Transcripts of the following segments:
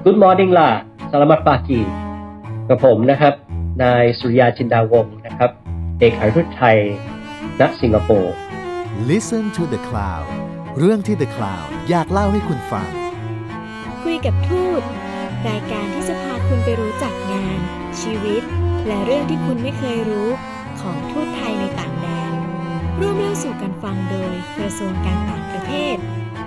Good morning ล่ะ Selamat pagi กับผมนะครับนายสุริยาจินดาวงศ์นะครับเอกอัครทูตไทยณสิงคโปร์ Listen to the Cloud เรื่องที่ The Cloud อยากเล่าให้คุณฟังคุยกับทูตรายการที่จะพาคุณไปรู้จักงานชีวิตและเรื่องที่คุณไม่เคยรู้ของทูตไทยในต่างแดนร่วมเล่าสู่กันฟังโดยกระทรวงการต่างประเทศ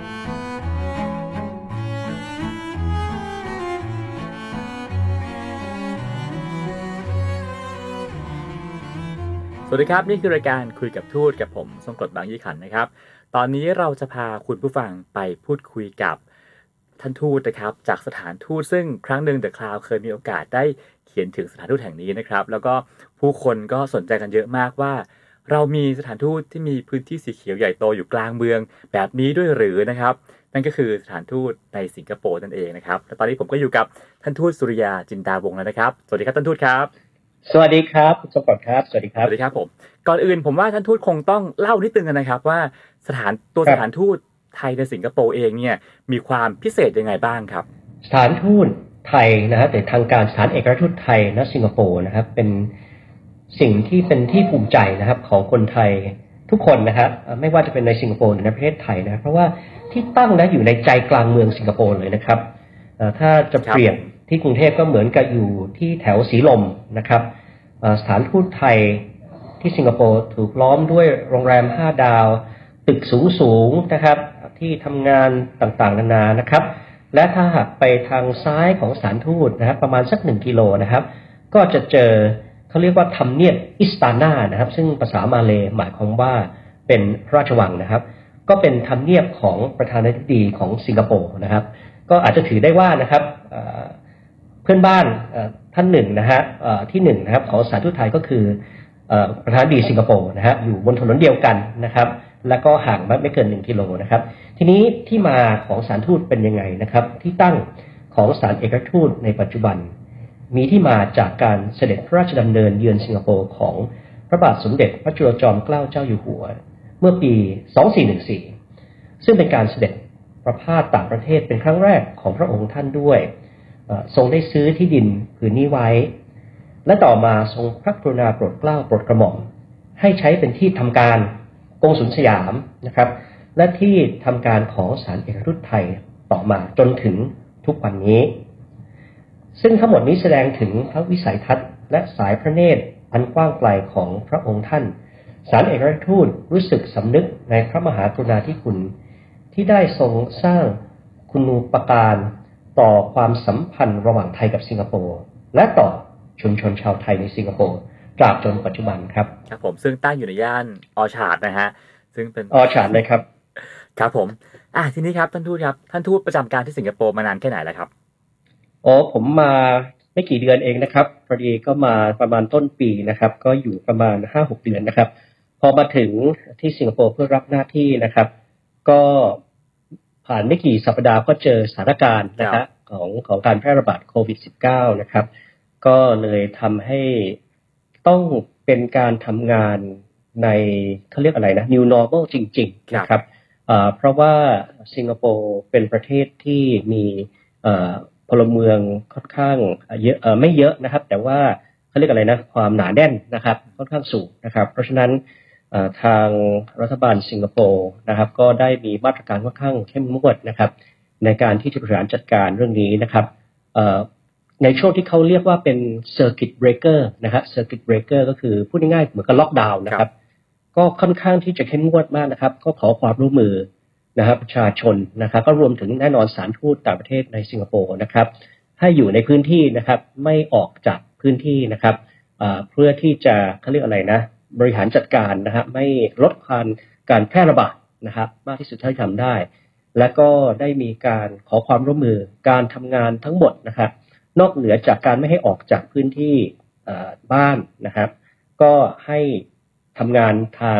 สวัสดีครับนี่คือรายการคุยกับทูตกับผมทรงกรดบางยี่ขันนะครับตอนนี้เราจะพาคุณผู้ฟังไปพูดคุยกับท่านทูตนะครับจากสถานทูตซึ่งครั้งหนึ่ง The Cloud เคยมีโอกาสได้เขียนถึงสถานทูตแห่งนี้นะครับแล้วก็ผู้คนก็สนใจกันเยอะมากว่าเรามีสถานทูตที่มีพื้นที่สีเขียวใหญ่โตอยู่กลางเมืองแบบนี้ด้วยหรือนะครับนั่นก็คือสถานทูตในสิงคโปร์นั่นเองนะครับและตอนนี้ผมก็อยู่กับท่านทูตสุริยาจินดาวงศ์แล้วนะครับสวัสดีครับท่านทูตครับสวัสดีครับคุณสมบัติครับสวัสดีครับสวัสดีครับผมก่อนอื่นผมว่าท่านทูตคงต้องเล่านิดนึงนะครับว่าสถานทูตไทยในสิงคโปร์เองเนี่ยมีความพิเศษยังไงบ้างครับสถานทูตไทยนะครับแต่ทางการสถานเอกอัครทูตไทยณสิงคโปร์นะครับเป็นสิ่งที่เป็นที่ภูมิใจนะครับของคนไทยทุกคนนะครับไม่ว่าจะเป็นในสิงคโปร์หรือในประเทศไทยนะเพราะว่าที่ตั้งนะอยู่ในใจกลางเมืองสิงคโปร์เลยนะครับถ้าจะเปรียบที่กรุงเทพก็เหมือนกับอยู่ที่แถวสีลมนะครับสถานทูตไทยที่สิงคโปร์ถูกล้อมด้วยโรงแรม5ดาวตึกสูงนะครับที่ทำงานต่างๆนานานะครับและถ้าหากไปทางซ้ายของสถานทูตนะครับประมาณสัก1กิโลนะครับก็จะเจอเขาเรียกว่าทำเนียบอิสตานานะครับซึ่งภาษามาเลย์หมายความว่าเป็นพระราชวังนะครับก็เป็นทำเนียบของประธานาธิบดีของสิงคโปร์นะครับก็อาจจะถือได้ว่านะครับเพื่อนบ้านท่านหนึ่งนะฮะที่หนึ่งนะครับของสถานทูตไทยก็คือประธานาธิบดีสิงคโปร์นะฮะอยู่บนถนนเดียวกันนะครับแล้วก็ห่างไม่เกิน1กิโลนะครับทีนี้ที่มาของสถานทูตเป็นยังไงนะครับที่ตั้งของสถานเอกอัครทูตในปัจจุบันมีที่มาจากการเสด็จพระราชดำเนินเยือนสิงคโปร์ของพระบาทสมเด็จพระจุลจอมเกล้าเจ้าอยู่หัวเมื่อปี2414ซึ่งเป็นการเสด็จประพาสต่างประเทศเป็นครั้งแรกของพระองค์ท่านด้วยทรงได้ซื้อที่ดินผืนนี้ไว้และต่อมาทรงพระกรุณาโปรดเกล้าโปรดกระหม่อมให้ใช้เป็นที่ทำการกงสุลสยามนะครับและที่ทำการของสถานเอกอัครทูตไทยต่อมาจนถึงทุกวันนี้ซึ่งทั้งหมดนี้แสดงถึงพระวิสัยทัศน์และสายพระเนตรอันกว้างไกลของพระองค์ท่านสถานเอกอัครทูตรู้สึกสำนึกในพระมหากรุณาธิคุณที่ได้ทรงสร้างคุณูปการต่อความสัมพันธ์ระหว่างไทยกับสิงคโปร์และต่อชุมชนชาวไทยในสิงคโปร์ตราบจนปัจจุบันครับครับผมซึ่งตั้งอยู่ในย่านออชาร์ดนะฮะซึ่งเป็นออชาร์ดเลยครับครับผมทีนี้ครับท่านทูตครับท่านทูตประจำการที่สิงคโปร์มานานแค่ไหนแล้วครับผมมาไม่กี่เดือนเองนะครับพอดีก็มาประมาณต้นปีนะครับก็อยู่ประมาณ 5-6 เดือนนะครับพอมาถึงที่สิงคโปร์เพื่อรับหน้าที่นะครับก็ผ่านไม่กี่สัปดาห์ก็เจอสถานการณ์นะครับของการแพร่ระบาดโควิด -19 นะครับก็เลยทำให้ต้องเป็นการทำงานในเขาเรียกอะไรนะ New Normal จริงๆนะครับเพราะว่าสิงคโปร์เป็นประเทศที่มีพลเมืองค่อนข้างเยอะไม่เยอะนะครับแต่ว่าเขาเรียกอะไรนะความหนาแน่นนะครับค่อนข้างสูงนะครับเพราะฉะนั้นทางรัฐบาลสิงคโปร์นะครับก็ได้มีมาตรการค่อนข้างเข้มงวดนะครับในการที่จะบริหารจัดการเรื่องนี้นะครับในช่วงที่เขาเรียกว่าเป็น circuit breaker นะครับ circuit breaker ก็คือพูดง่ายๆเหมือนกับล็อกดาวน์นะครับก็ค่อนข้างที่จะเข้มงวดมากนะครับก็ขอความร่วมมือนะครับประชาชนนะครับก็รวมถึงแน่นอนสถานทูตต่างประเทศในสิงคโปร์นะครับให้อยู่ในพื้นที่นะครับไม่ออกจากพื้นที่นะครับเพื่อที่จะเขาเรียกอะไรนะบริหารจัดการนะครับไม่ลดการแพร่ระบาดนะครับมากที่สุดเท่าที่ทำได้และก็ได้มีการขอความร่วมมือการทำงานทั้งหมดนะครับนอกเหนือจากการไม่ให้ออกจากพื้นที่บ้านนะครับก็ให้ทำงานทาง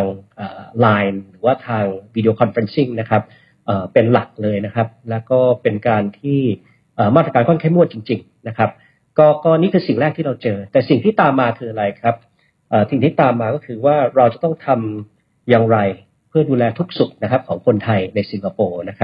Line หรือว่าทาง Video Conferencing นะครับเป็นหลักเลยนะครับแล้วก็เป็นการที่มาตรการค่อนข้างเข้มงวดจริงๆนะครับก็นี่คือสิ่งแรกที่เราเจอแต่สิ่งที่ตามมาคืออะไรครับสิ่งที่ตามมาก็คือว่าเราจะต้องทำอย่างไรเพื่อดูแลทุกสุขนะครับของคนไทยในสิงคโปร์นะครับ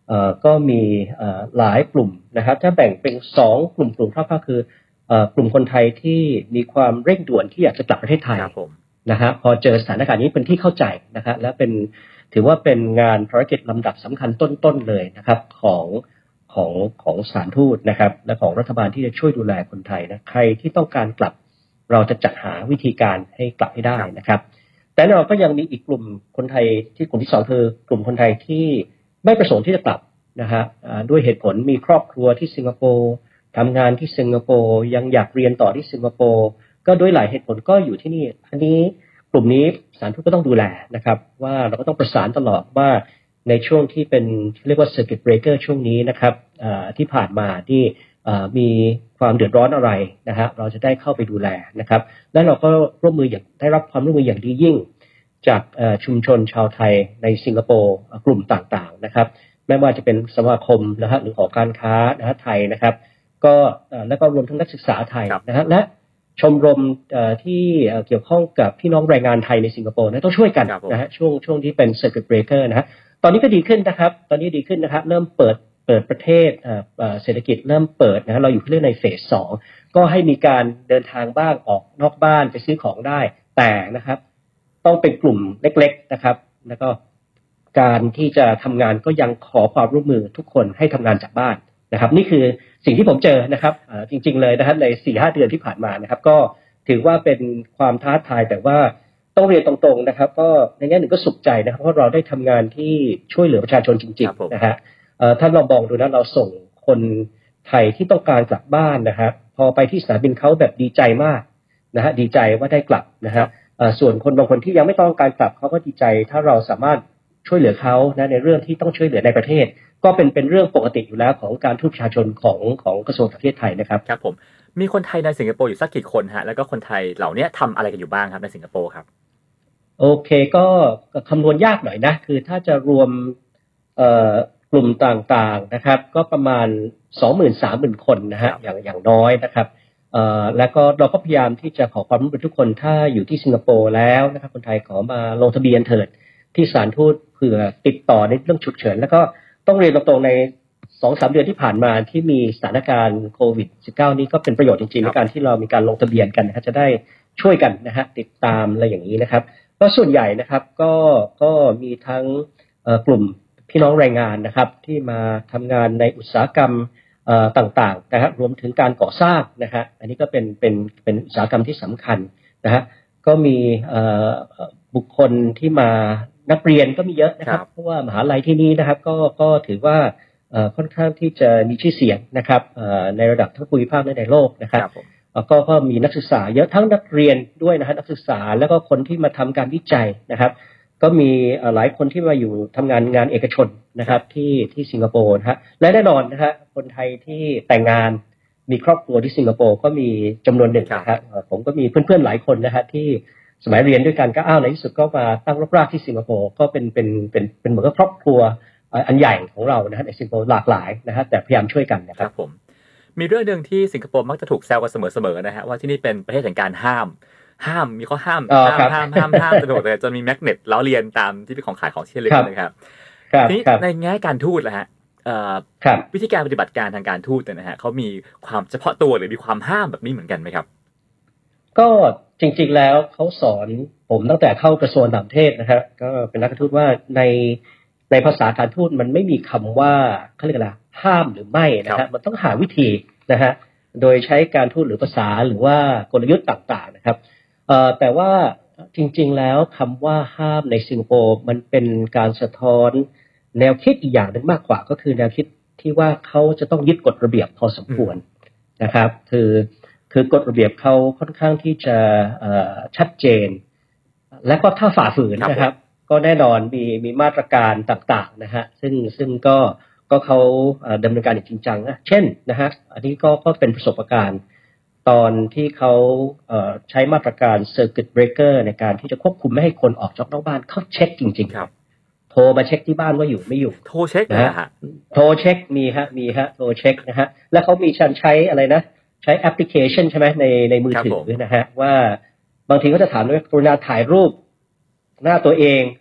ก็มีหลายกลุ่มนะครับถ้าแบ่งเป็น2กลุ่มคร่าวๆคือกลุ่มคนไทยที่มีความเร่งด่วนที่อยากจะกลับประเทศไทยนะฮะพอเจอสถานการณ์นี้เป็นที่เข้าใจนะครับและถือว่าเป็นงานภารกิจลำดับสำคัญต้นๆเลยนะครับของสถานทูตนะครับและของรัฐบาลที่จะช่วยดูแลคนไทยนะใครที่ต้องการกลับเราจะจัดหาวิธีการให้กลับให้ได้นะครับแต่เราก็ยังมีอีกกลุ่มคนไทยที่กลุ่มที่2คือกลุ่มคนไทยที่ไม่ประสงค์ที่จะกลับนะฮะด้วยเหตุผลมีครอบครัวที่สิงคโปร์ทำงานที่สิงคโปร์ยังอยากเรียนต่อที่สิงคโปร์ก็ด้วยหลายเหตุผลก็อยู่ที่นี่อันนี้กลุ่มนี้สถานทูตก็ต้องดูแลนะครับว่าเราก็ต้องประสานตลอดว่าในช่วงที่เป็นเรียกว่า circuit breaker ช่วงนี้นะครับที่ผ่านมาที่มีความเดือดร้อนอะไรนะฮะเราจะได้เข้าไปดูแลนะครับและเราก็ร่วมมืออย่างได้รับความร่วมมืออย่างดียิ่งจากชุมชนชาวไทยในสิงคโปร์กลุ่มต่างๆนะครับไม่ว่าจะเป็นสมาคมนะฮะหรือหอการค้านะฮะไทยนะครับก็แล้วก็รวมทั้งนักศึกษาไทยนะฮะและชมรมที่เกี่ยวข้องกับพี่น้องแรงงานไทยในสิงคโปร์นะต้องช่วยกันนะฮะช่วงที่เป็น circuit breaker นะฮะตอนนี้ก็ดีขึ้นนะครับตอนนี้ดีขึ้นนะครับเริ่มเปิดประเทศเศรษฐกิจเริ่มเปิดนะฮะเราอยู่เรื่องในเฟส2ก็ให้มีการเดินทางบ้างออกนอกบ้านไปซื้อของได้แต่นะครับต้องเป็นกลุ่มเล็กๆนะครับแล้วก็การที่จะทำงานก็ยังขอความร่วมมือทุกคนให้ทำงานจากบ้านนะครับนี่คือสิ่งที่ผมเจอนะครับจริงๆเลยนะครับใน 4-5 เดือนที่ผ่านมานะครับก็ถือว่าเป็นความท้าทายแต่ว่าต้องเรียนตรงๆนะครับก็ในแง่หนึ่งก็สุขใจนะครับเพราะเราได้ทำงานที่ช่วยเหลือประชาชนจริงๆนะฮะท่านลองมองดูนะเราส่งคนไทยที่ต้องการกลับบ้านนะครับพอไปที่สนามบินเขาแบบดีใจมากนะฮะดีใจว่าได้กลับนะฮะส่วนคนบางคนที่ยังไม่ต้องการกลับเขาก็ดีใจถ้าเราสามารถช่วยเหลือเขานะในเรื่องที่ต้องช่วยเหลือในประเทศก็เป็นเรื่องปกติอยู่แล้วของการทูตประชาชนของกระทรวงต่างประเทศไทยนะครับครับผมมีคนไทยในสิงคโปร์อยู่สักกี่คนฮะแล้วก็คนไทยเหล่านี้ทำอะไรกันอยู่บ้างครับในสิงคโปร์ครับโอเคก็คำนวณยากหน่อยนะคือถ้าจะรวมกลุ่มต่างๆนะครับก็ประมาณ 20,000-30,000 คนนะฮะอย่างน้อยนะครับแล้วก็เราก็พยายามที่จะขอความร่วมมือทุกคนถ้าอยู่ที่สิงคโปร์แล้วนะครับคนไทยขอมาลงทะเบียนเถิดที่สถานทูตเผื่อติดต่อในเรื่องฉุกเฉินแล้วก็ต้องเรียนตรงๆใน 2-3 เดือนที่ผ่านมาที่มีสถานการณ์โควิด -19 นี้ก็เป็นประโยชน์จริงๆในการที่เรามีการลงทะเบียนกันนะครับจะได้ช่วยกันนะฮะติดตามอะไรอย่างนี้นะครับก็ส่วนใหญ่นะครับก็มีทั้งกลุ่มพี่น้องแรงงานนะครับที่มาทำงานในอุตสาหกรรมต่างๆนะครับรวมถึงการก่อสร้างนะฮะอันนี้ก็เป็นอุตสาหกรรมที่สำคัญนะฮะก็มีบุคคลที่มานักเรียนก็มีเยอะนะครับเพราะว่ามหาลัยที่นี่นะครับก็ถือว่าค่อนข้างที่จะมีชื่อเสียงนะครับในระดับทั้งภูมิภาคและในโลกนะครับก็มีนักศึกษาเยอะทั้งนักเรียนด้วยนะฮะนักศึกษาแล้วก็คนที่มาทำการวิจัยนะครับก็มีหลายคนที่มาอยู่ทำงานเอกชนนะครับที่สิงคโปร์นะฮะและแน่นอนนะฮะคนไทยที่แต่งงานมีครอบครัวที่สิงคโปร์ก็มีจำนวนหนึ่งนะครับผมก็มีเพื่อนๆหลายคนนะฮะที่สมัยเรียนด้วยกันก็ในที่สุดก็มาตั้งรกรากที่สิงคโปร์ก็เป็นเหมือนกับครอบครัวอันใหญ่ของเรานะฮะในสิงคโปร์หลากหลายนะฮะแต่พยายามช่วยกันนะครับผมมีเรื่องนึงที่สิงคโปร์มักจะถูกแซวกันเสมอๆนะฮะว่าที่นี่เป็นประเทศแห่งการห้ามมีข้อห้ามสนุกเลยจนมีแมกเนตล้อเลียนตามที่เป็นของขายของที่ระลึกนะครับทีนี้ในแง่การทูตล่ะฮะวิธีการปฏิบัติการทางการทูตนะฮะเขามีความเฉพาะตัวหรือมีความห้ามแบบนี้เหมือนกันไหมครับก็จริงๆแล้วเขาสอนผมตั้งแต่เข้ากระทรวงต่างประเทศนะครับก็เป็นนักทูตว่าในภาษาการทูตมันไม่มีคำว่าเขาเรียกอะไรห้ามหรือไม่นะฮะมันต้องหาวิธีนะฮะโดยใช้การทูตหรือภาษาหรือว่ากลยุทธ์ต่างๆนะครับแต่ว่าจริงๆแล้วคำว่าห้ามในสิงคโปร์มันเป็นการสะท้อนแนวคิดอีกอย่างหนึ่งมากกว่าก็คือแนวคิดที่ว่าเขาจะต้องยึดกฎระเบียบพอสมควรนะครับคือกฎระเบียบเขาค่อนข้างที่จะชัดเจนและก็ถ้าฝ่าฝืนนะครับก็แน่นอนมีมาตรการต่างๆนะฮะซึ่งก็เขาดำเนินการอย่างจริงจังนะเช่นนะฮะอันนี้ก็เป็นประสบการณ์ตอนที่เขาใช้มาตรการ circuit breaker ในการที่จะควบคุมไม่ให้คนออกจากนอกบ้านเขาเช็คจริงๆครับโทรมาเช็คที่บ้านว่าอยู่ไม่อยู่โทรเช็คนะฮะโทรเช็คมีฮะโทรเช็คนะฮะแล้วเขามีใช้อะไรนะใช้แอปพลิเคชันใช่ไหมในมือถือนะฮะว่าบางทีก็จะถามว่ากรุณาถ่ายรูปหน้าตัวเอง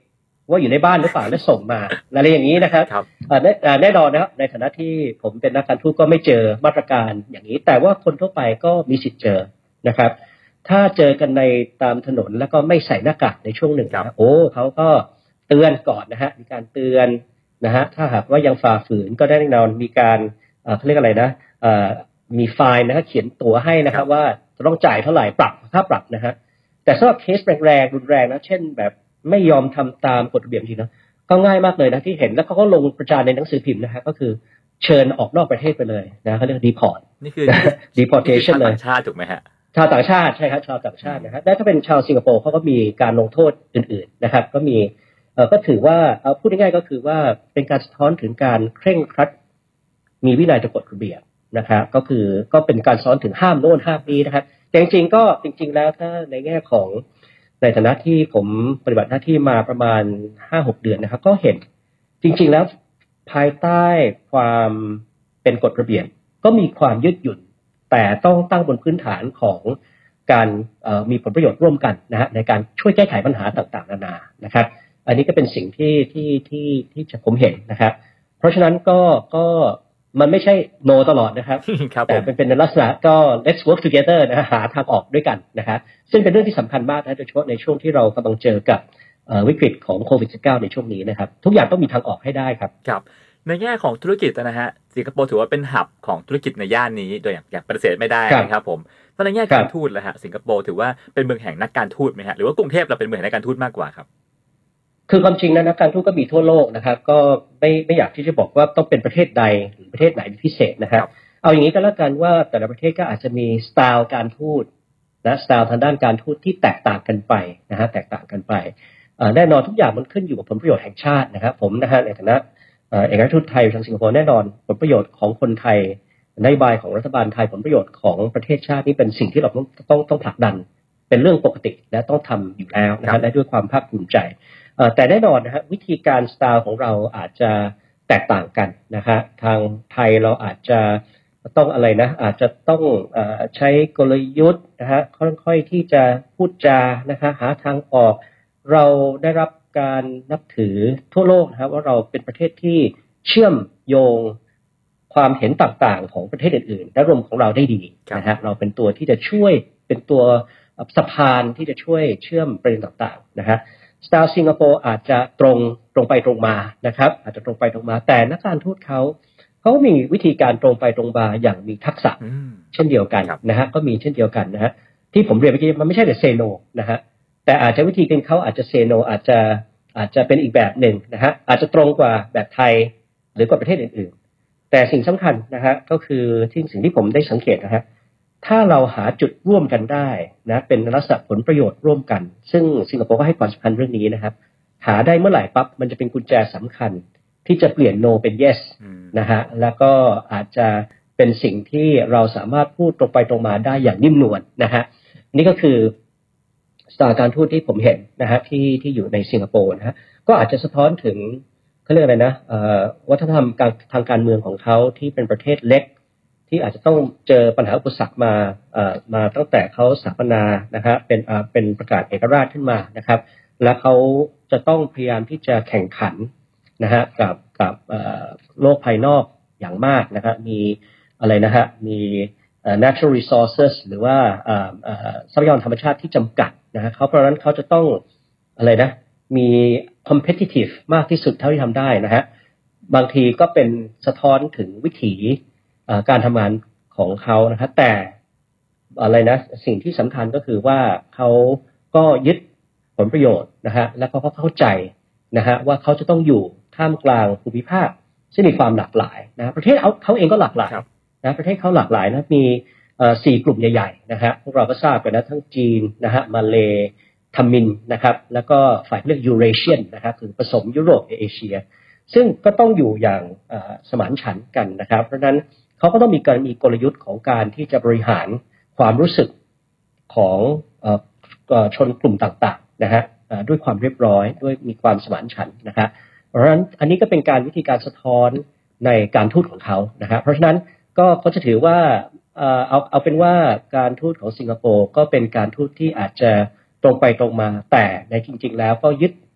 ว่าอยู่ในบ้านหรือเปล่าแล้วส่งมาอะไรอย่างนี้นะครับครับแน่นอนนะครับในฐานะที่ผมเป็นนักการทูตก็ไม่เจอมาตรการอย่างนี้แต่ว่าคนทั่วไปก็มีสิทธิ์เจอนะครับถ้าเจอกันในตามถนนแล้วก็ไม่ใส่หน้ากากในช่วงหนึ่งนะเขาก็เตือนก่อนนะฮะมีการเตือนนะฮะถ้าหากว่ายังฝ่าฝืนก็ได้แน่นอนมีการเขาเรียกอะไรนะมีไฟน์นะฮะเขียนตัวให้นะครับว่าจะต้องจ่ายเท่าไหร่ปรับค่าปรับนะฮะแต่สำหรับเคสแรงๆรุนแรงนะเช่นแบบไม่ยอมทำตามกฎระเบียบจริงนะก็ง่ายมากเลยนะที่เห็นแล้วเขาก็ลงประจานในหนังสือพิมพ์นะฮะก็คือเชิญออกนอกประเทศไปเลยนะเขาเรียก deport นี่คือ deportation เลยต่างชาติถูกไหมฮะชาวต่างชาติใช่ครับชาวต่างชาตินะครับและถ้าเป็นชาวสิงคโปร์เขาก็มีการลงโทษอื่นๆนะครับก็มีก็ถือว่าพูดง่ายๆก็คือว่าเป็นการสะท้อนถึงการเคร่งครัดมีวินัยตามกฎระเบียบนะครับก็เป็นการสอนถึงห้ามโน่นห้ามนี้นะครับแต่จริงๆแล้วถ้าในแง่ของในฐานะที่ผมปฏิบัติหน้าที่มาประมาณ 5-6 เดือนนะครับก็เห็นจริงๆแล้วภายใต้ความเป็นกฎระเบียบก็มีความยืดหยุ่นแต่ต้องตั้งบนพื้นฐานของการมีผลประโยชน์ร่วมกันนะฮะในการช่วยแก้ไขปัญหาต่างๆนานานะครับอันนี้ก็เป็นสิ่งที่ผมเห็นนะครับเพราะฉะนั้นก็มันไม่ใช่ no ตลอดนะครับ แต่เป็นในลักษณะก็ let's work together นะฮะหาทางออกด้วยกันนะครับซึ่งเป็นเรื่องที่สำคัญมากนะโดยเฉพาะในช่วงที่เรากำลังเจอกับวิกฤตของโควิด -19 ในช่วงนี้นะครับทุกอย่างต้องมีทางออกให้ได้ครับครับในแง่ของธุรกิจนะฮะสิงคโปร์ถือว่าเป็นหับของธุรกิจในย่านนี้โดยอย่างปฏิเสธไม่ได้นะครับผมตอนในแง่การทูตละฮะสิงคโปร์ถือว่าเป็นเมืองแห่งนักการทูตไหมฮะหรือว่ากรุงเทพเราเป็นเมืองแห่งนักการทูตมากกว่าครับคือความจริงนะนักการทูตก็มีทั่วโลกนะครับก็ไม่อยากที่จะบอกว่าต้องเป็นประเทศใดหรือประเทศไหนพิเศษนะครับเอาอย่างนี้ก็แล้วกันว่าแต่ละประเทศก็อาจจะมีสไตล์การทูตนะสไตล์ทางด้านการทูตที่แตกต่างกันไปนะฮะแตกต่างกันไปแน่นอนทุกอย่างมันขึ้นอยู่กับผลประโยชน์แห่งชาตินะครับผมนะฮะในฐานะเอกอัครราชทูตไทยทางสิงคโปร์แน่นอนผลประโยชน์ของคนไทยนโยบายของรัฐบาลไทยผลประโยชน์ของประเทศชาตินี่เป็นสิ่งที่เราต้องผลักดันเป็นเรื่องปกติและต้องทำอยู่แล้วนะฮะและด้วยความภาคภูมิใจแต่แน่นอนนะฮะวิธีการสไตล์ของเราอาจจะแตกต่างกันนะฮะทางไทยเราอาจจะต้องอะไรนะอาจจะต้องใช้กลยุทธ์นะฮะค่อยๆที่จะพูดจานะคะหาทางออกเราได้รับการนับถือทั่วโลกนะครับว่าเราเป็นประเทศที่เชื่อมโยงความเห็นต่างๆของประเทศอื่นๆและรวมของเราได้ดีนะฮะเราเป็นตัวที่จะช่วยเป็นตัวสะพานที่จะช่วยเชื่อมประเด็นต่างๆนะฮะสไตล์สิงคโปร์อาจจะตรงไปตรงมานะครับอาจจะตรงไปตรงมาแต่นักการทูตเขามีวิธีการตรงไปตรงมาอย่างมีทักษะเช่นเดียวกันนะฮะก็มีเช่นเดียวกันนะฮะที่ผมเรียนเมื่อกี้มันไม่ใช่แต่เซโนนะฮะแต่อาจจะวิธีการเขาอาจจะเซโนอาจจะเป็นอีกแบบหนึ่งนะฮะอาจจะตรงกว่าแบบไทยหรือกว่าประเทศอื่นๆแต่สิ่งสำคัญนะฮะก็คือสิ่งที่ผมได้สังเกตนะฮะถ้าเราหาจุดร่วมกันได้นะเป็นลักษณะผลประโยชน์ร่วมกันซึ่งสิงคโปร์ก็ให้ความสำคัญเรื่องนี้นะครับหาได้เมื่อไหร่ปั๊บมันจะเป็นกุญแจสำคัญที่จะเปลี่ยน no เป็น yes นะฮะแล้วก็อาจจะเป็นสิ่งที่เราสามารถพูดตรงไปตรงมาได้อย่างนิ่มนวลนะฮะนี่ก็คือสไตล์การทูตที่ผมเห็นนะฮะที่อยู่ในสิงคโปร์นะฮะก็อาจจะสะท้อนถึงเขาเรียกอะไรนะวัฒนธรรมทางการเมืองของเขาที่เป็นประเทศเล็กที่อาจจะต้องเจอปัญหาอุปสรรคมาตั้งแต่เขาสถาปนานะฮะเป็นประกาศเอกราชขึ้นมานะครับและเขาจะต้องพยายามที่จะแข่งขันนะฮะกับโลกภายนอกอย่างมากนะครับมีอะไรนะฮะมีnatural resources หรือว่าทรัพยากรธรรมชาติที่จำกัดนะฮะเพราะฉะนั้นเขาจะต้องอะไรนะมี competitive มากที่สุดเท่าที่ทำได้นะฮะบางทีก็เป็นสะท้อนถึงวิถีการทำงานของเขานะครับแต่อะไรนะสิ่งที่สำคัญก็คือว่าเขาก็ยึดผลประโยชน์นะฮะแล้วก็เข้าใจนะฮะว่าเขาจะต้องอยู่ท่ามกลางภูมิภาคซึ่งมีความหลากหลายนะประเทศเขาเองก็หลากหลายนะประเทศเขาหลากหลายนะมี4 กลุ่มใหญ่ๆนะฮะพวกเราก็ทราบกันนะทั้งจีนนะฮะมาเลทามิลนะครับแล้วก็ฝ่ายเรียกยูเรเชียนนะครับคือผสมยุโรปกับเอเชียซึ่งก็ต้องอยู่อย่างสมานฉันท์กันนะครับเพราะฉะนั้นเขาก็ต้องมีกลยุทธ์ของการที่จะบริหารความรู้สึกของชนกลุ่มต่างๆนะฮะด้วยความเรียบร้อยด้วยมีความสมานฉันท์นะครับเพราะฉะนั้นอันนี้ก็เป็นการวิธีการสะท้อนในการทูตของเขานะครับเพราะฉะนั้นก็เขาจะถือว่าเอาเป็นว่าการทูตของสิงคโปร์ก็เป็นการทูตที่อาจจะตรงไปตรงมาแต่ในจริงๆแล้วก็ยึด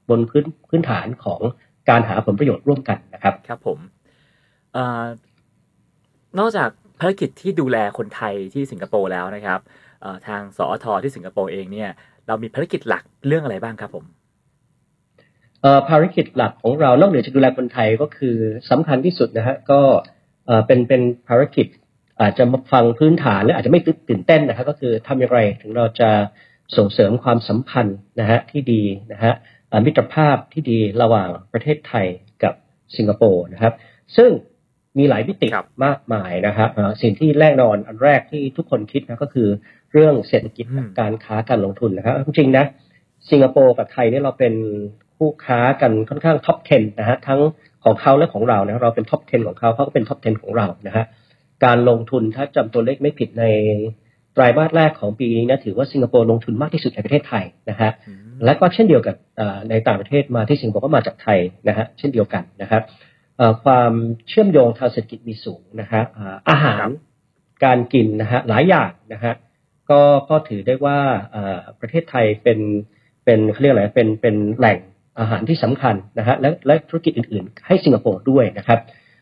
บนพื้นฐานของการหาผลประโยชน์ร่วมกันนะครับครับผมนอกจากภารกิจที่ดูแลคนไทยที่สิงคโปร์แล้วนะครับทางสอท.ที่สิงคโปร์เองเนี่ยเรามีภารกิจหลักเรื่องอะไรบ้างครับผมภารกิจหลักของเรานอกเหนือจากดูแลคนไทยก็คือสำคัญที่สุดนะฮะก็เป็นภารกิจอาจจะมาฟังพื้นฐานและอาจจะไม่ตื่นเต้นนะครับก็คือทำอย่างไรถึงเราจะส่งเสริมความสัมพันธ์นะฮะที่ดีนะฮะมิตรภาพที่ดีระหว่างประเทศไทยกับสิงคโปร์นะครับซึ่งมีหลายมิติมากมายนะครับสิ่งที่แน่นอนอันแรกที่ทุกคนคิดนะก็คือเรื่องเศรษฐกิจการค้าการลงทุนนะครับจริงๆนะสิงคโปร์กับไทยเนี่ยเราเป็นคู่ค้ากันค่อนข้างท็อป 10นะฮะทั้งของเขาและของเรานะเราเป็นท็อป 10ของเขาก็เป็นท็อป 10ของเรานะฮะการลงทุนถ้าจำตัวเลขไม่ผิดในไตรมาสแรกของปีนี้นะถือว่าสิงคโปร์ลงทุนมากที่สุดในประเทศไทยนะฮะและก็เช่นเดียวกับในต่างประเทศมาที่สิงคโปร์ก็มาจากไทยนะฮะเช่นเดียวกันนะครับความเชื่อมโยงทางเศรษฐกิจมีสูงนะฮะอาหารการกินนะฮะหลายอย่างนะฮะก็ถือได้ว่าประเทศไทยเป็นเขาเรียกอะไรเป็นแหล่งอาหารที่สำคัญนะฮะและธุรกิจอื่นๆให้สิงคโปร์ด้วยนะครับ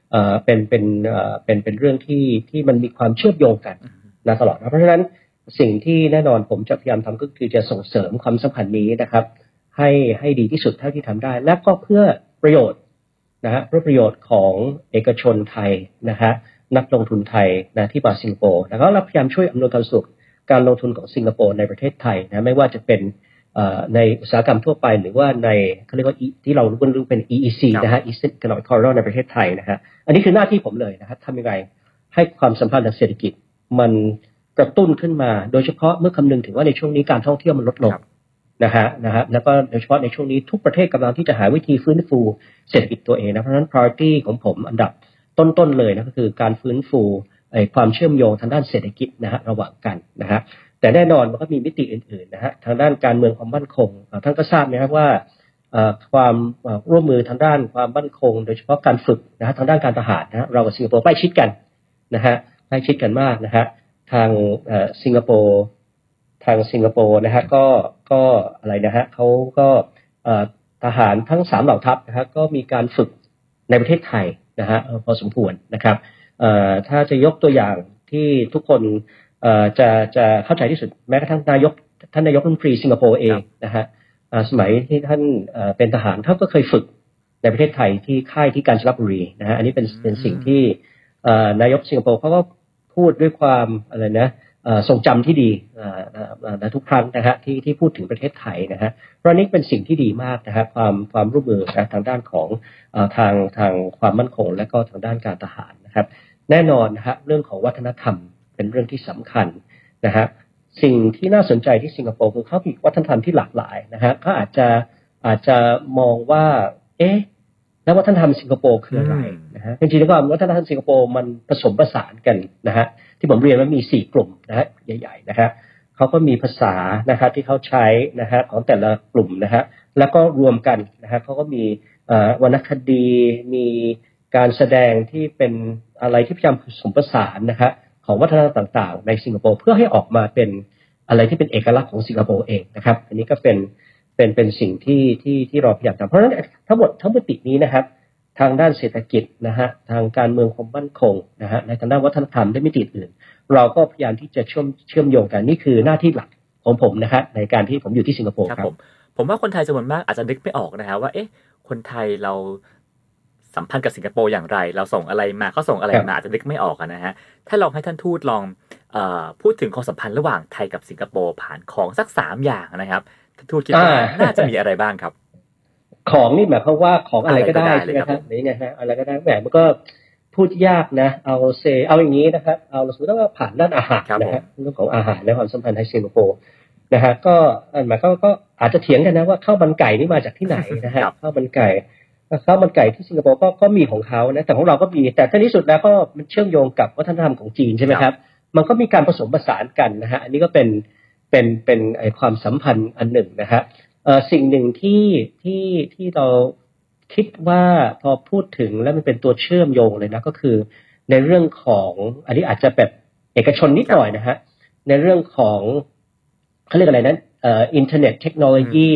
เป็นเรื่องที่มันมีความเชื่อมโยงกันนะตลอดเพราะฉะนั้นสิ่งที่แน่นอนผมจะพยายามทำก็คือจะส่งเสริมความสัมพันธ์นี้นะครับให้ดีที่สุดเท่าที่ทำได้และก็เพื่อประโยชน์นะฮะเพื่อประโยชน์ของเอกชนไทยนะฮะนักลงทุนไทยนะที่มาสิงคโปร์แล้วก็เราพยายามช่วยอำนวยความสะดวกการลงทุนของสิงคโปร์ในประเทศไทยนะไม่ว่าจะเป็นในอุตสาหกรรมทั่วไปหรือว่าในเขาเรียกว่าที่เรารู้เป็น EEC นะฮะ Eastern Economic Corridor ในประเทศไทยนะฮะอันนี้คือหน้าที่ผมเลยนะครับทำยังไงให้ความสัมพันธ์ทางเศรษฐกิจมันกระตุ้นขึ้นมาโดยเฉพาะเมื่อคำนึงถึงว่าในช่วงนี้การท่องเที่ยวมันลดลงนะฮะแล้วก็โดยเฉพาะในช่วงนี้ทุกประเทศกำลังที่จะหาวิธีฟื้นฟูเศรษฐกิจตัวเองนะเพราะฉะนั้น priority ของผมอันดับต้นเลยนะก็คือการฟื้นฟูความเชื่อมโยงทางด้านเศรษฐกิจนะฮะระหว่างกันนะฮะแต่แน่นอนมันก็มีมิติอื่นๆนะฮะทางด้านการเมืองความมั่นคงท่านก็ทราบนะครับว่าความร่วมมือทางด้านความมั่นคงโดยเฉพาะการฝึกนะฮะทางด้านการทหารนะฮะเรากับสิงคโปร์ใกล้ชิดกันนะฮะใกล้ชิดกันมากนะฮะทางสิงคโปร์นะฮะก็อะไรนะฮะเขาก็ทหารทั้ง3เหล่าทัพนะฮะก็มีการฝึกในประเทศไทยนะฮะพอสมควรนะครับถ้าจะยกตัวอย่างที่ทุกคนจะเข้าใจที่สุดแม้กระทั่งท่านนายกรัฐมนตรีสิงคโปร์เองนะฮะสมัยที่ท่านเป็นทหารท่านก็เคยฝึกในประเทศไทยที่ค่ายที่กาญจนบุรีนะฮะอันนี้เป็นสิ่งที่นายกสิงคโปร์เขาก็พูดด้วยความอะไรนะทรงจำที่ดีทุกครั้งนะฮะที่พูดถึงประเทศไทยนะฮะเพราะนี้เป็นสิ่งที่ดีมากนะฮะความร่วมมือทางด้านของทางความมั่นคงและก็ทางด้านการทหารนะครับแน่นอนนะฮะเรื่องของวัฒนธรรมเป็นเรื่องที่สำคัญนะฮะสิ่งที่น่าสนใจที่สิงคโปร์คือเขามีวัฒนธรรมที่หลากหลายนะฮะเขาอาจจะมองว่าแล้ววัฒนธรรมสิงคโปร์คืออะไรนะฮะจริงๆแล้ววัฒนธรรมสิงคโปร์มันผสมผสานกันนะฮะที่ผมเรียนว่ามี4กลุ่มนะฮะใหญ่ๆนะฮะเขาก็มีภาษานะครับที่เขาใช้นะฮะของแต่ละกลุ่มนะฮะแล้วก็รวมกันนะฮะเขาก็มีวรรณคดีมีการแสดงที่เป็นอะไรที่พยายามผสมผสานนะฮะของวัฒนธรรมต่างๆในสิงคโปร์เพื่อให้ออกมาเป็นอะไรที่เป็นเอกลักษณ์ของสิงคโปร์เองนะครับอันนี้ก็เป็นสิ่งที่เราพยายามทำเพราะฉะนั้นทั้งหมดนี้นะครับทางด้านเศรษฐกิจนะฮะทางการเมืองความมั่นคงนะฮะในทางด้านวัฒนธรรมและมิติอื่นเราก็พยายามที่จะเชื่อมโยงกันนี่คือหน้าที่หลักของผมนะฮะในการที่ผมอยู่ที่สิงคโปร์ครับผมว่าคนไทยจำนวนมากอาจจะนึกไม่ออกนะฮะว่าคนไทยเราสัมพันธ์กับสิงคโปร์อย่างไรเราส่งอะไรมาเขาส่งอะไรมาอาจจะนึกไม่ออกนะฮะถ้าลองให้ท่านทูตลองพูดถึงความสัมพันธ์ระหว่างไทยกับสิงคโปร์ผ่านของสัก3อย่างนะครับท่านทูตคิดว่าน่าจะมีอะไรบ้างครับของนี่หมายความว่าของอะไรก็ได้ใช่ไหมครับนี่ไงฮะอะไรก็ได้แหมมันก็พูดยากนะเอาอย่างนี้นะครับเอาสมมติว่าผ่านด้านอาหารนะฮะเรื่องของอาหารและความสัมพันธ์ไทยสิงคโปร์นะฮะก็หมายก็อาจจะเถียงกันนะว่าข้าวมันไก่นี่มาจากที่ไหนนะฮะข้าวมันไก่ที่สิงคโปร์ก็มีของเขานะแต่ของเราก็มีแต่ที่สุดแล้วก็มันเชื่อมโยงกับวัฒนธรรมของจีนใช่ไหมครับมันก็มีการผสมผสานกันนะฮะอันนี้ก็เป็นความสัมพันธ์อันหนึ่งนะฮะสิ่งหนึ่งที่เราคิดว่าพอพูดถึงแล้วมันเป็นตัวเชื่อมโยงเลยนะก็คือในเรื่องของอันนี้อาจจะแบบเอกชนนิดหน่อยนะฮะในเรื่องของเขาเรียกอะไรนั้นอินเทอร์เน็ตเทคโนโลยี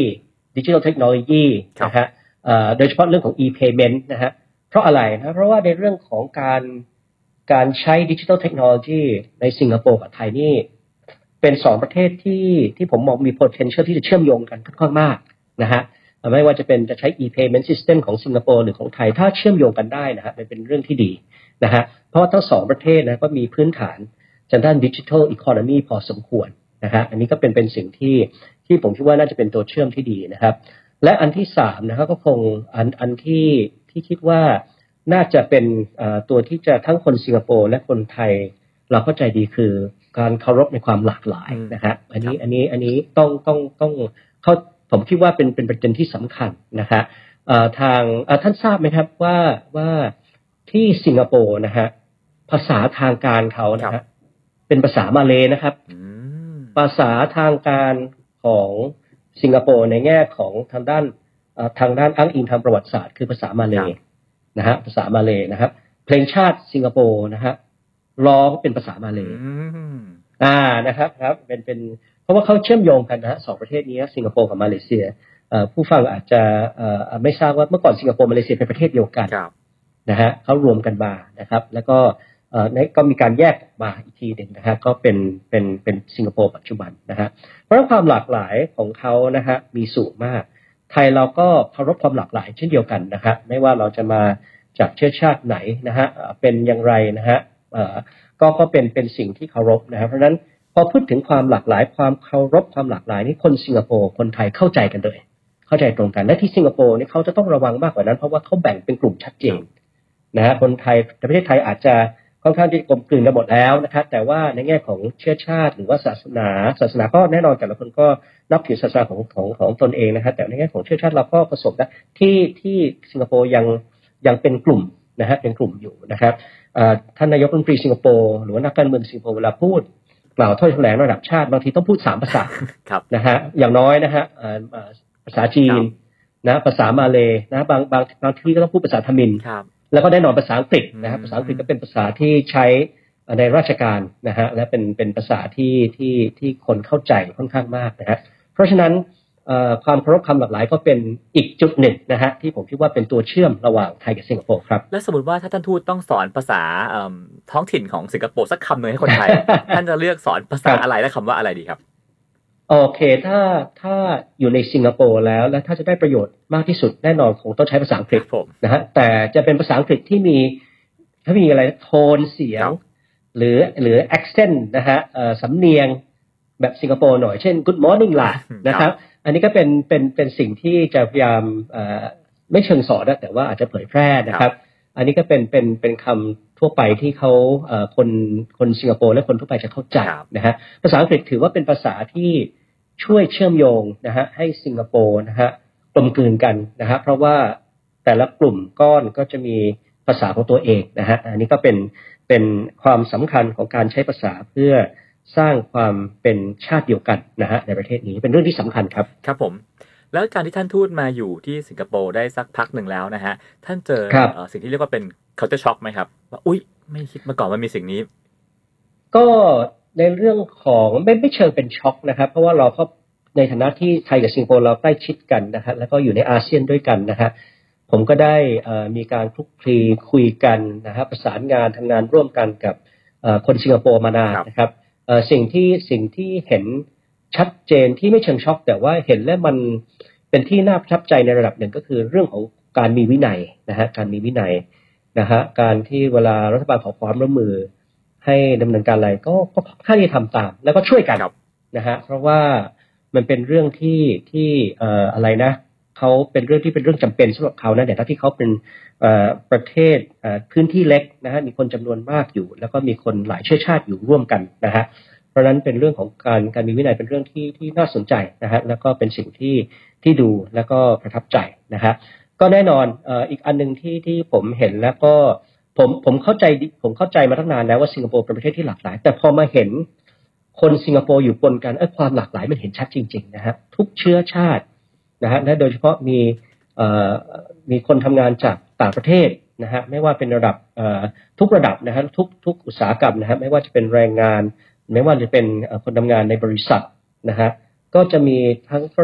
ดิจิทัลเทคโนโลยีนะฮะโดยเฉพาะเรื่องของ e-payment นะฮะเพราะอะไรนะเพราะว่าในเรื่องของการใช้ดิจิทัลเทคโนโลยีในสิงคโปร์กับไทยนี่เป็น2ประเทศที่ผมมองมี potential ที่จะเชื่อมโยงกันค่อนข้างมากนะฮะไม่ว่าจะใช้ e-payment system ของสิงคโปร์หรือของไทยถ้าเชื่อมโยงกันได้นะฮะมันเป็นเรื่องที่ดีนะฮะเพราะว่าทั้ง2ประเทศนะก็มีพื้นฐานทางด้านดิจิทัลอีโคโนมีพอสมควรนะฮะอันนี้ก็เป็นสิ่งที่ผมคิดว่าน่าจะเป็นตัวเชื่อมที่ดีนะครับและอันที่3นะครับก็คงอันที่คิดว่าน่าจะเป็นตัวที่จะทั้งคนสิงคโปร์และคนไทยเราเข้าใจดีคือการเคารพในความหลากหลายนะฮะอันนี้ต้องเขาผมคิดว่าเป็นประเด็นที่สำคัญนะฮะทางท่านทราบไหมครับว่าที่สิงคโปร์นะฮะภาษาทางการเขานะฮะเป็นภาษามาเลย์นะครับภาษาทางการของสิงคโปร์ในแง่ของทางด้านอ้างอิงทางประวัติศาสตร์คือภาษามาเลย์นะฮะภาษามาเลย์นะครับเพลงชาติสิงคโปร์นะฮะร้องเป็นภาษามาเลย์นะครับเป็นเพราะว่าเขาเชื่อมโยงกันนะฮะ2ประเทศนี้สิงคโปร์กับมาเลเซียผู้ฟังอาจจะไม่ทราบว่าเมื่อก่อนสิงคโปร์มาเลเซียเป็นประเทศเดียวกันนะฮะเขารวมกันมานะครับแล้วก็มีการแยกมาอีกทีหนึ่งนะฮะก็เป็นสิงคโปร์ปัจจุบันนะฮะเพราะความหลากหลายของเขานะฮะมีสูงมากไทยเราก็เคารพความหลากหลายเช่นเดียวกันนะฮะไม่ว่าเราจะมาจากเชื้อชาติไหนนะฮะเป็นอย่างไรนะฮะก็เป็นสิ่งที่เคารพนะครับเพราะฉะนั้นพอพูดถึงความหลากหลายความเคารพความหลากหลายนี่คนสิงคโปร์คนไทยเข้าใจกันเลยเข้าใจตรงกันและที่สิงคโปร์นี่เขาจะต้องระวังมากกว่านั้นเพราะว่าเขาแบ่งเป็นกลุ่มชัดเจนนะฮะคนไทยในประเทศไทยอาจจะค่อนข้างที่กลมกลืนกันหมดแล้วนะครับแต่ว่าในแง่ของเชื้อชาติหรือว่าศาสนาก็แน่นอนแต่ละคนก็นับถือศาสนาของตนเองนะครับแต่ในแง่ของเชื้อชาติเราก็ประสบนะที่สิงคโปร์ยังเป็นกลุ่มนะฮะเป็นกลุ่มอยู่นะครับท่านนายกรัฐมนตรีสิงคโปร์หรือว่านักการเมืองสิงคโปร์เวลาพูดกล่าวถ้อยแถลงระดับชาติบางทีต้องพูด3ภาษานะฮะอย่างน้อยนะฮะภาษาจีนนะภาษามาเลย์นะบางที่ก็ต้องพูดภาษาทมิฬแล้วก็แน่นอนภาษาอังกฤษนะครับภาษาอังกฤษก็เป็นภาษาที่ใช้ในราชการนะฮะและเป็นภาษาที่คนเข้าใจค่อนข้างมากนะฮะเพราะฉะนั้นความเคารพความหลากหลายก็เป็นอีกจุดหนึ่งนะฮะที่ผมคิดว่าเป็นตัวเชื่อมระหว่างไทยกับสิงคโปร์ครับและสมมติว่าถ้าท่านทูตต้องสอนภาษาท้องถิ่นของสิงคโปร์สักคำหนึ่งให้คนไทย ท่านจะเลือกสอนภาษาอะไรและคำว่าอะไรดีครับโอเคถ้าอยู่ในสิงคโปร์แล้วและถ้าจะได้ประโยชน์มากที่สุดแน่นอนคงต้องใช้ภาษาอังกฤษนะฮะแต่จะเป็นภาษาอังกฤษที่มีอะไรโทนเสียงหรือ accent นะฮะสำเนียงแบบสิงคโปร์หน่อยเช่น good morning ล่ะนะครับอันนี้ก็เป็นสิ่งที่จะพยายามไม่เชิงสอนนะแต่ว่าอาจจะเผยแพร่นะครับอันนี้ก็เป็นคำทั่วไปที่เขาคนสิงคโปร์และคนทั่วไปจะเข้าใจนะฮะภาษาอังกฤษถือว่าเป็นภาษาที่ช่วยเชื่อมโยงนะฮะให้สิงคโปร์นะฮะกลมกลืนกันนะฮะเพราะว่าแต่ละกลุ่มก้อนก็จะมีภาษาของตัวเองนะฮะอันนี้ก็เป็นความสำคัญของการใช้ภาษาเพื่อสร้างความเป็นชาติเดียวกันนะฮะในประเทศนี้เป็นเรื่องที่สำคัญครับครับผมแล้วการที่ท่านทูตมาอยู่ที่สิงคโปร์ได้สักพักหนึ่งแล้วนะฮะท่านเจอสิ่งที่เรียกว่าเป็น culture shock ไหมครับว่าอุ๊ยไม่คิดมาก่อนว่ามีสิ่งนี้ก็ในเรื่องของไม่เชิงเป็นช็อกนะครับเพราะว่าเราก็ในฐานะที่ไทยกับสิงคโปร์เราใกล้ชิดกันนะฮะแล้วก็อยู่ในอาเซียนด้วยกันนะฮะผมก็ได้มีการคลุกคลีคุยกันนะฮะประสานงานทำงานร่วมกันกับคนสิงคโปร์มานานนะครับสิ่งที่เห็นชัดเจนที่ไม่เชิงช็อกแต่ว่าเห็นแล้วมันเป็นที่น่าประทับใจในระดับหนึ่งก็คือเรื่องของการมีวินัยนะฮะการมีวินัยนะฮะการที่เวลารัฐบาลขอความร่วมมือให้ดำเนินการอะไรก็ค่าที่ทำตามแล้วก็ช่วยกันนะฮะเพราะว่ามันเป็นเรื่องที่อะไรนะเขาเป็นเรื่องที่เป็นเรื่องจำเป็นสำหรับเขานะแต่ที่เขาเป็นประเทศพื้นที่เล็กนะฮะมีคนจำนวนมากอยู่แล้วก็มีคนหลายเชื้อชาติอยู่ร่วมกันนะฮะเพราะนั้นเป็นเรื่องของการมีวินัยเป็นเรื่องที่น่าสนใจนะฮะแล้วก็เป็นสิ่งที่ดูแล้วก็ประทับใจนะฮะก็แน่นอนอีกอันนึงที่ผมเห็นแล้วก็ผมเข้าใจมาตั้งนานแล้วว่าสิงคโปร์เป็นประเทศที่หลากหลายแต่พอมาเห็นคนสิงคโปร์อยู่ปนกันความหลากหลายมันเห็นชัดจริงๆนะฮะทุกเชื้อชาตินะฮะและโดยเฉพาะมีคนทำงานจากต่างประเทศนะฮะไม่ว่าเป็นระดับทุกระดับนะฮะทุกอุตสาหกรรมนะฮะไม่ว่าจะเป็นแรงงานไม่ว่าจะเป็นคนทำงานในบริษัทนะฮะก็จะมีทั้งฝรั่ง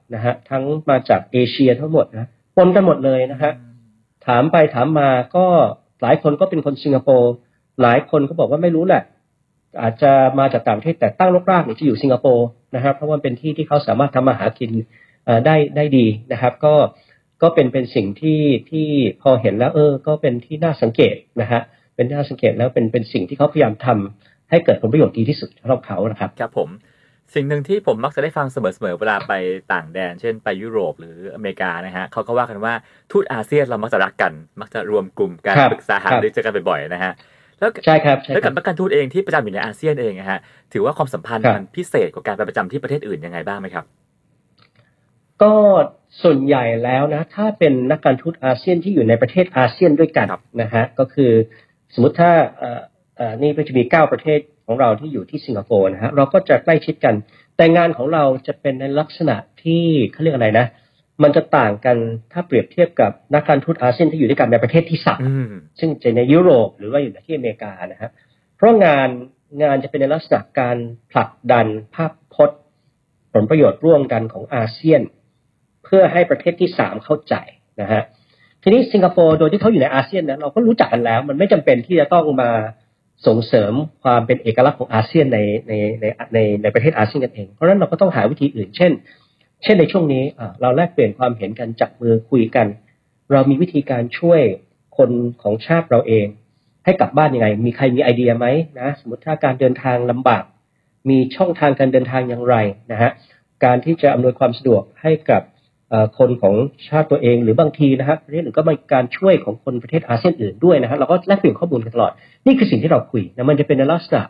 นะฮะทั้งมาจากเอเชียทั้งหมดนะปนกันหมดเลยนะฮะถามไปถามมาก็หลายคนก็เป็นคนสิงคโปร์หลายคนก็บอกว่าไม่รู้แหละอาจจะมาจากต่างประเทศแต่ตั้งรกรากเนี่ยจะอยู่สิงคโปร์นะครับเพราะว่าเป็นที่ที่เขาสามารถทำมาหากินได้ดีนะครับก็เป็นสิ่งที่พอเห็นแล้วก็เป็นที่น่าสังเกตนะฮะเป็นน่าสังเกตแล้วเป็นสิ่งที่เขาพยายามทำให้เกิดผลประโยชน์ดีที่สุดสำหรับเขานะครับครับผมสิ่งหนึ่งที่ผมมักจะได้ฟังเสมอๆเวลาไปต่างแดนเช่นไปยุโรปหรืออเมริกานะฮะเขาก็ว่ากันว่าทูตอาเซียนเรามักจะรักกันมักจะรวมกลุ่มกันปรึกษาหารือเจอกันบ่อยๆนะฮะแล้วใช่ครับแล้วกับนักการทูตเองที่ประจำอยู่ในอาเซียนเองนะฮะถือว่าความสัมพันธ์มันพิเศษกว่าการไปประจำที่ประเทศอื่นยังไงบ้างไหมครับก็ส่วนใหญ่แล้วนะถ้าเป็นนักการทูตอาเซียนที่อยู่ในประเทศอาเซียนด้วยกันนะฮะก็คือสมมติถ้านี่ก็จะมี9ประเทศของเราที่อยู่ที่สิงคโปร์นะฮะเราก็จะใกล้ชิดกันแต่งานของเราจะเป็นในลักษณะที่เขาเรียกอะไรนะมันจะต่างกันถ้าเปรียบเทียบกับนักการทูตอาเซียนที่อยู่ด้วยกันในประเทศที่3ซึ่งจะในยุโรปหรือว่าอยู่ที่อเมริกานะฮะเพราะงานจะเป็นในลักษณะการผลักดันภาพพจน์ผลประโยชน์ร่วมกันของอาเซียนเพื่อให้ประเทศที่3เข้าใจนะฮะทีนี้สิงคโปร์โดยที่เขาอยู่ในอาเซียนนะเราก็รู้จักกันแล้วมันไม่จำเป็นที่จะต้องมาส่งเสริมความเป็นเอกลักษณ์ของอาเซียนในประเทศอาเซียนกันเองเพราะฉะนั้นเราก็ต้องหาวิธีอื่นเช่นในช่วงนี้เราแลกเปลี่ยนความเห็นกันจับมือคุยกันเรามีวิธีการช่วยคนของชาติเราเองให้กลับบ้านยังไงมีใครมีไอเดียไหมนะสมมติถ้าการเดินทางลำบากมีช่องทางการเดินทางอย่างไรนะฮะการที่จะอำนวยความสะดวกให้กับคนของชาติตัวเองหรือบางทีนะฮะประเทศอื่นก็มีการช่วยของคนประเทศอาเซียนอื่นด้วยนะฮะเราก็แลกเปลี่ยนข้อมูลกันตลอดนี่คือสิ่งที่เราคุยนะมันจะเป็นในลักษณะ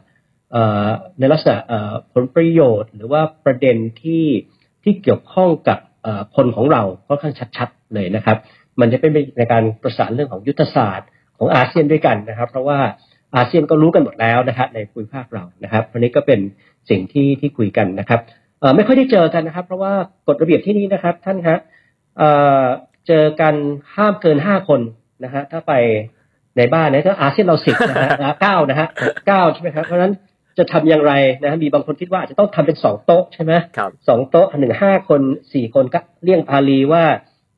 ผลประโยชน์หรือว่าประเด็นที่เกี่ยวข้องกับคนของเราค่อนข้างชัดๆเลยนะครับมันจะเป็นในการประสานเรื่องของยุทธศาสตร์ของอาเซียนด้วยกันนะครับเพราะว่าอาเซียนก็รู้กันหมดแล้วนะครับในภูมิภาคเรานะครับอันนี้ก็เป็นสิ่งที่คุยกันนะครับไม่ค่อยได้เจอกันนะครับเพราะว่ากฎระเบียบที่นี้นะครับท่านครับเจอกันห้ามเกิน5คนนะฮะถ้าไปในบ้านนะถ้าอาเซียนเรา10นะฮะ9นะฮะ9ใช่ไหมครับเพราะฉะนั้นจะทำอย่างไรนะมีบางคนคิดว่าอาจจะต้องทำเป็น2โต๊ะใช่ไหม2โต๊ะ5คน4คนก็เลี่ยงพาลีว่า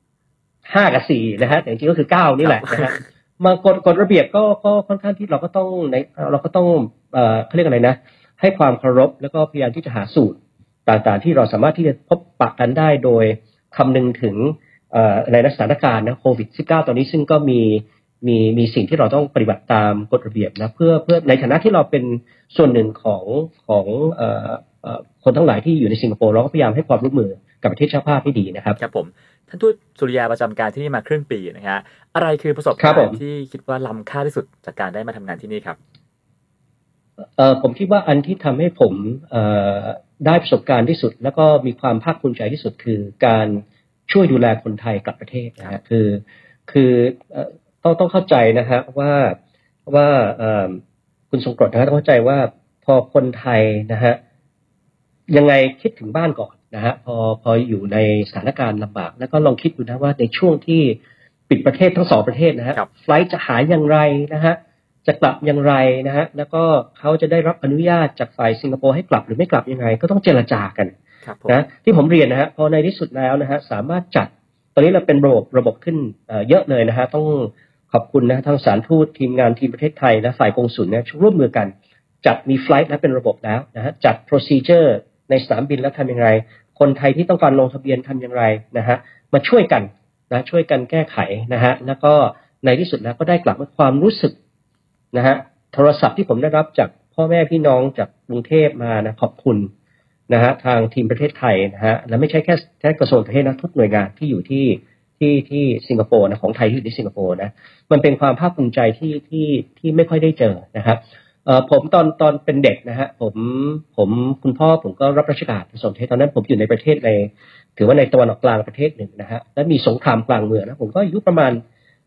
5กับ4นะฮะแต่จริงๆก็คือ9นี่แหละนะฮะมากฎระเบียบก็ค่อนข้างที่เราก็ต้องเขาเรียกอะไรนะให้ความเคารพแล้วก็พยายามที่จะหาสูตรต่างๆที่เราสามารถที่จะพบปะกันได้โดยคำนึงถึงในสถานการณ์นะโควิด-19 ตอนนี้ซึ่งก็มีสิ่งที่เราต้องปฏิบัติตามกฎระเบียบนะเพื่อในฐานะที่เราเป็นส่วนหนึ่งของคนทั้งหลายที่อยู่ในสิงคโปร์เราก็พยายามให้ความร่วมมือกับประเทศเจ้าภาพที่ดีนะครับครับผมท่านทูตสุริยาประจำการที่นี่มาครึ่งปีนะฮะอะไรคือประสบการณ์ที่คิดว่าล้ำค่าที่สุดจากการได้มาทำงานที่นี่ครับผมคิดว่าอันที่ทำให้ผมได้ประสบการณ์ที่สุดแล้วก็มีความภาคภูมิใจที่สุดคือการช่วยดูแลคนไทยกลับประเทศนะฮะคือต้องเข้าใจนะฮะว่าคุณทรงกรดนะฮะต้องเข้าใจว่าพอคนไทยนะฮะยังไงคิดถึงบ้านก่อนนะฮะพออยู่ในสถานการณ์ลำบากแล้วก็ลองคิดดูนะว่าในช่วงที่ปิดประเทศทั้ง2ประเทศนะฮะไฟลท์จะหายอย่างไรนะฮะจะกลับอย่างไรนะฮะแล้วก็เขาจะได้รับอนุญาตจากฝ่ายสิงคโปร์ให้กลับหรือไม่กลับยังไงก็ต้องเจรจากันนะที่ผมเรียนนะฮะพอในที่สุดแล้วนะฮะสามารถจัดตอนนี้เราเป็นระบบขึ้นเยอะเลยนะฮะต้องขอบคุณนะทางสถานทูตทีมงานทีมประเทศไทยและฝ่ายกงสุลเนี่ยร่วมมือกันจัดมีไฟลท์และเป็นระบบแล้วนะฮะจัด procedure ในสนามบินแล้วทำยังไงคนไทยที่ต้องการลงทะเบียนทำอย่างไรนะฮะมาช่วยกันแก้ไขนะฮะแล้วก็ในที่สุดแล้วก็ได้กลับมาความรู้สึกนะฮะโทรศัพท์ที่ผมได้รับจากพ่อแม่พี่น้องจากกรุงเทพมานะขอบคุณนะฮะทางทีมประเทศไทยนะฮะและไม่ใช่แค่กระทรวงประเทศนะทุกหน่วยงานที่อยู่ที่สิงคโปร์นะของไทยที่อยู่ที่สิงคโปร์นะมันเป็นความภาคภูมิใจที่ไม่ค่อยได้เจอนะครับผมตอนเป็นเด็กนะฮะผมคุณพ่อผมก็รับราชการในส่วนประเทศตอนนั้นผมอยู่ในประเทศถือว่าในตะวันออกกลางประเทศหนึ่งนะฮะและมีสงครามกลางเมืองนะผมก็อายุประมาณ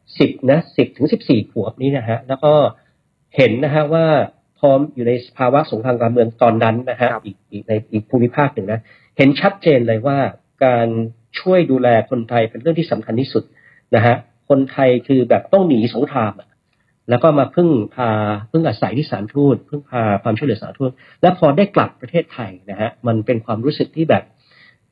10 ถึง 14 ขวบนี้นะฮะแล้วก็เห็นนะฮะว่าพออยู่ในภาวะสงครามกลางเมืองตอนนั้นนะฮะอีกภูมิภาคหนึ่งนะเห็นชัดเจนเลยว่าการช่วยดูแลคนไทยเป็นเรื่องที่สำคัญที่สุดนะฮะคนไทยคือแบบต้องหนีสงครามแล้วก็มาพึ่งอาศัยที่สถานทูตพึ่งพาความช่วยเหลือสถานทูตและพอได้กลับประเทศไทยนะฮะมันเป็นความรู้สึกที่แบบ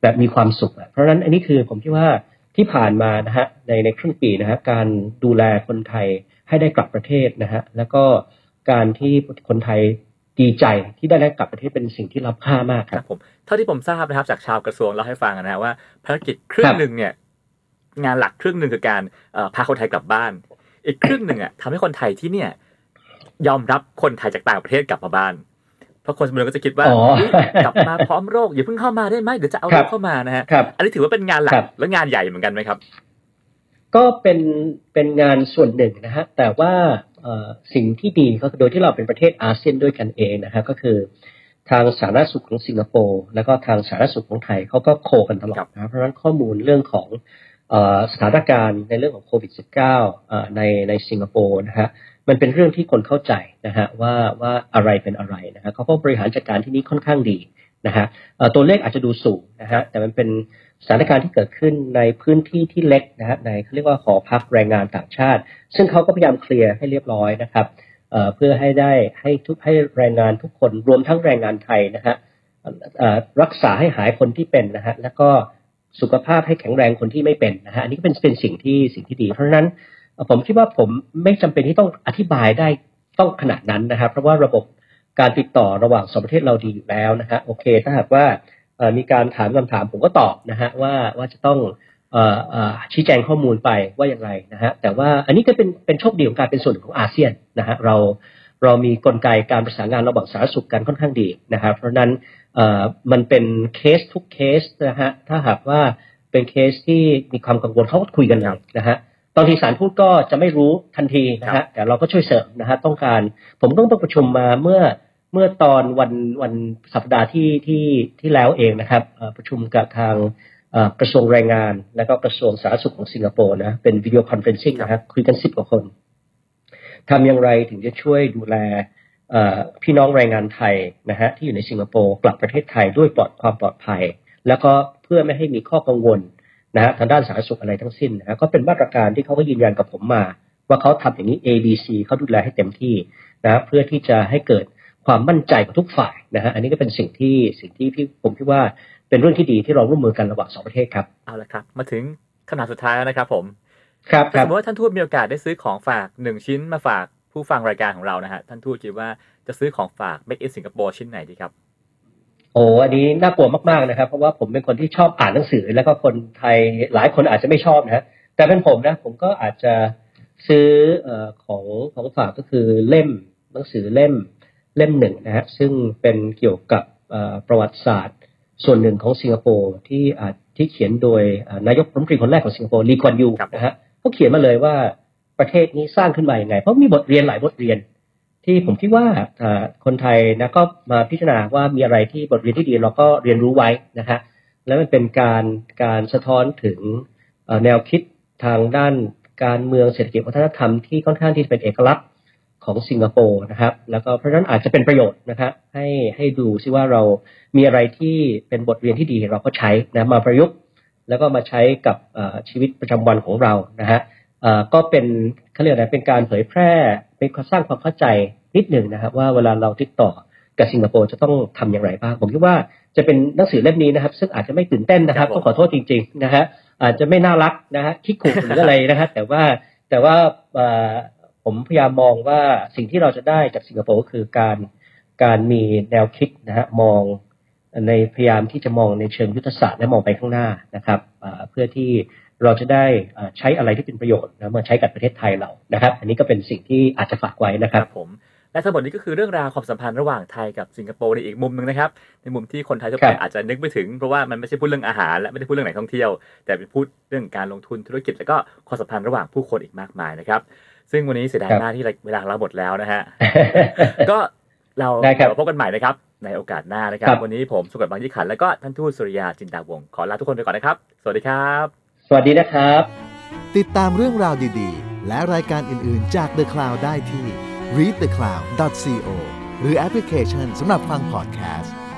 แบบมีความสุขเพราะฉะนั้นอันนี้คือผมคิดว่าที่ผ่านมานะฮะในครึ่งปีนะฮะการดูแลคนไทยให้ได้กลับประเทศนะฮะแล้วก็การที่คนไทยดีใจที่ได้กลับประเทศเป็นสิ่งที่ล้ำค่ามากครับผมเท่าที่ผมทราบนะครับจากชาวกระทรวงเล่าให้ฟังนะว่าภารกิจครึ่งนึงเนี่ยงานหลักครึ่งนึงคือการพาคนไทยกลับบ้านอีกครึ่งนึงทำให้คนไทยที่เนี่ยยอมรับคนไทยจากต่างประเทศกลับมาบ้านเพราะคนสมัยนั้นก็จะคิดว่ากลับมาพร้อมโรคอย่าเพิ่งเข้ามาได้ไหมเดี๋ยวจะเอาโรคเข้ามานะฮะอันนี้ถือว่าเป็นงานหลักและงานใหญ่เหมือนกันไหมครับก็เป็นงานส่วนหนึ่งนะฮะแต่ว่าสิ่งที่ดีก็คือโดยที่เราเป็นประเทศอาเซียนด้วยกันเองนะฮะก็คือทางสาธารณสุขของสิงคโปร์แล้วก็ทางสาธารณสุขของไทยเขาก็โคกันตลอดนะเพราะฉะนั้นข้อมูลเรื่องของสถานการณ์ในเรื่องของโควิด -19 ในสิงคโปร์นะฮะมันเป็นเรื่องที่คนเข้าใจนะฮะว่าอะไรเป็นอะไรนะฮะเขาก็บริหารจัดการที่นี้ค่อนข้างดีนะฮะตัวเลขอาจจะดูสูงนะฮะแต่มันเป็นสถานการณ์ที่เกิดขึ้นในพื้นที่ที่เล็กนะฮะในเขาเรียกว่าหอพักแรงงานต่างชาติซึ่งเขาก็พยายามเคลียร์ให้เรียบร้อยนะครับเพื่อให้ได้ให้แรงงานทุกคนรวมทั้งแรงงานไทยนะฮะรักษาให้หายคนที่เป็นนะฮะแล้วก็สุขภาพให้แข็งแรงคนที่ไม่เป็นนะฮะอันนี้ก็เป็นสิ่งที่ดีเพราะฉะนั้นผมคิดว่าผมไม่จำเป็นที่ต้องอธิบายได้ต้องขนาดนั้นนะครับเพราะว่าระบบการติดต่อระหว่างสองประเทศเราดีอยู่แล้วนะฮะโอเคถ้าหากว่ามีการถามคำถามผมก็ตอบนะฮะว่าจะต้องชี้แจงข้อมูลไปว่าอย่างไรนะฮะแต่ว่าอันนี้ก็เป็นโชคดีของการเป็นส่วนหนึ่งของอาเซียนนะฮะเรามีกลไกการประสานงานระหว่างสาธารณสุขกันค่อนข้างดีนะครับเพราะฉะนั้นมันเป็นเคสทุกเคสนะฮะถ้าหากว่าเป็นเคสที่มีความกังวลเขาก็คุยกันเลยนะฮะบางทีสารทูตก็จะไม่รู้ทันทีนะฮะแต่เราก็ช่วยเสริมนะฮะต้องการผมต้องประชุมมาเมื่อตอนวันสัปดาห์ที่แล้วเองนะครับประชุมกับทางกระทรวงแรงงานและก็กระทรวงสาธารณสุขของสิงคโปร์นะเป็นวิดีโอคอนเฟอเรนซิ่งนะครับคุยกัน10 กว่าคนทำอย่างไรถึงจะช่วยดูแลพี่น้องแรงงานไทยนะฮะที่อยู่ในสิงคโปร์กลับประเทศไทยด้วยความปลอดภัยแล้วก็เพื่อไม่ให้มีข้อกังวลนะฮะทางด้านสาธารณสุขอะไรทั้งสิ้นนะฮะก็เป็นมาตรการที่เขาก็ยืนยันกับผมมาว่าเขาทำอย่างนี้ ABC เขาดูแลให้เต็มที่นะเพื่อที่จะให้เกิดความมั่นใจกับทุกฝ่ายนะฮะอันนี้ก็เป็นสิ่งที่ผมคิดว่าเป็นเรื่องที่ดีที่เราร่วมมือกันระหว่าง2ประเทศครับเอาละครับมาถึงขนาดสุดท้ายแล้วนะครับผมครับสมมติว่าท่านทูตมีโอกาสได้ซื้อของฝาก1ชิ้นมาฝากผู้ฟังรายการของเรานะฮะท่านทูตคิดว่าจะซื้อของฝาก Make in Singapore ชิ้นไหนดีครับโอ้อันนี้น่ากลัวมากๆนะครับเพราะว่าผมเป็นคนที่ชอบอ่านหนังสือแล้วก็คนไทยหลายคนอาจจะไม่ชอบนะฮะแต่เป็นผมนะผมก็อาจจะซื้อของฝากก็คือหนังสือเล่มหนึ่งนะฮะซึ่งเป็นเกี่ยวกับประวัติศาสตร์ส่วนหนึ่งของสิงคโปร์ที่เขียนโดยนายกรัฐมนตรีคนแรกของสิงคโปร์ลีกวนยูนะฮะเขาเขียนมาเลยว่าประเทศนี้สร้างขึ้นมาอย่างไงเพราะมีบทเรียนหลายบทเรียนที่ผมคิดว่าคนไทยนะก็มาพิจารณาว่ามีอะไรที่บทเรียนที่ดีเราก็เรียนรู้ไว้นะฮะแล้วมันเป็นการสะท้อนถึงแนวคิดทางด้านการเมืองเศรษฐกิจวัฒนธรรมที่ค่อนข้างที่จะเป็นเอกลักษณ์ของสิงคโปร์นะครับแล้วก็เพราะฉะนั้นอาจจะเป็นประโยชน์นะครับให้ดูซิว่าเรามีอะไรที่เป็นบทเรียนที่ดีเราก็ใช้นะมาประยุกต์แล้วก็มาใช้กับชีวิตประจำวันของเรานะฮะก็เป็นเขาเรียกอะไรเป็นการเผยแพร่เป็นการสร้างความเข้าใจนิดหนึ่งนะครับว่าเวลาเราติดต่อกับสิงคโปร์จะต้องทำอย่างไรบ้างผมคิดว่าจะเป็นหนังสือเล่มนี้นะครับซึ่งอาจจะไม่ตื่นเต้นนะครับต้องขอโทษจริงๆนะฮะอาจจะไม่น่ารักนะฮะคิกขู่หรืออะไรนะครับแต่ว่าผมพยายามมองว่าสิ่งที่เราจะได้จากสิงคโปร์ก็คือการมีแนวคิดนะฮะมองในพยายามที่จะมองในเชิงยุทธศาสตร์และมองไปข้างหน้านะครับเพื่อที่เราจะได้ใช้อะไรที่เป็นประโยชน์นะมาใช้กับประเทศไทยเรานะครับอันนี้ก็เป็นสิ่งที่อาจจะฝากไว้นะครับผมและทั้งหมดนี้ก็คือเรื่องราวความสัมพันธ์ระหว่างไทยกับสิงคโปร์ในอีกมุมนึงนะครับในมุมที่คนไทยทั่วไปอาจจะนึกไม่ถึงเพราะว่ามันไม่ใช่พูดเรื่องอาหารและไม่ได้พูดเรื่องไหนท่องเที่ยวแต่เป็นพูดเรื่องการลงทุนธุรกิจแล้วก็ความสัมพันธ์ระหว่างผู้คนอีกมากมายนะครับซึ่งวันนี้เสียดายมากที่เวลาเราหมดแล้วนะฮะก็เราพบกันใหม่นะครับในโอกาสหน้านะครับวันนี้ผมสุกลบางยี่ขันแล้วก็ท่านทูตสุริยาจินดาวงศ์ขอลาทุกคนไปก่อนนะครับสวัสดีครับสวัสดีนะครับติดตามเรื่องราวดีๆและรายการอื่นๆจาก The Cloud ได้ที่ readthecloud.co หรือแอปพลิเคชันสำหรับฟังพอดแคสต์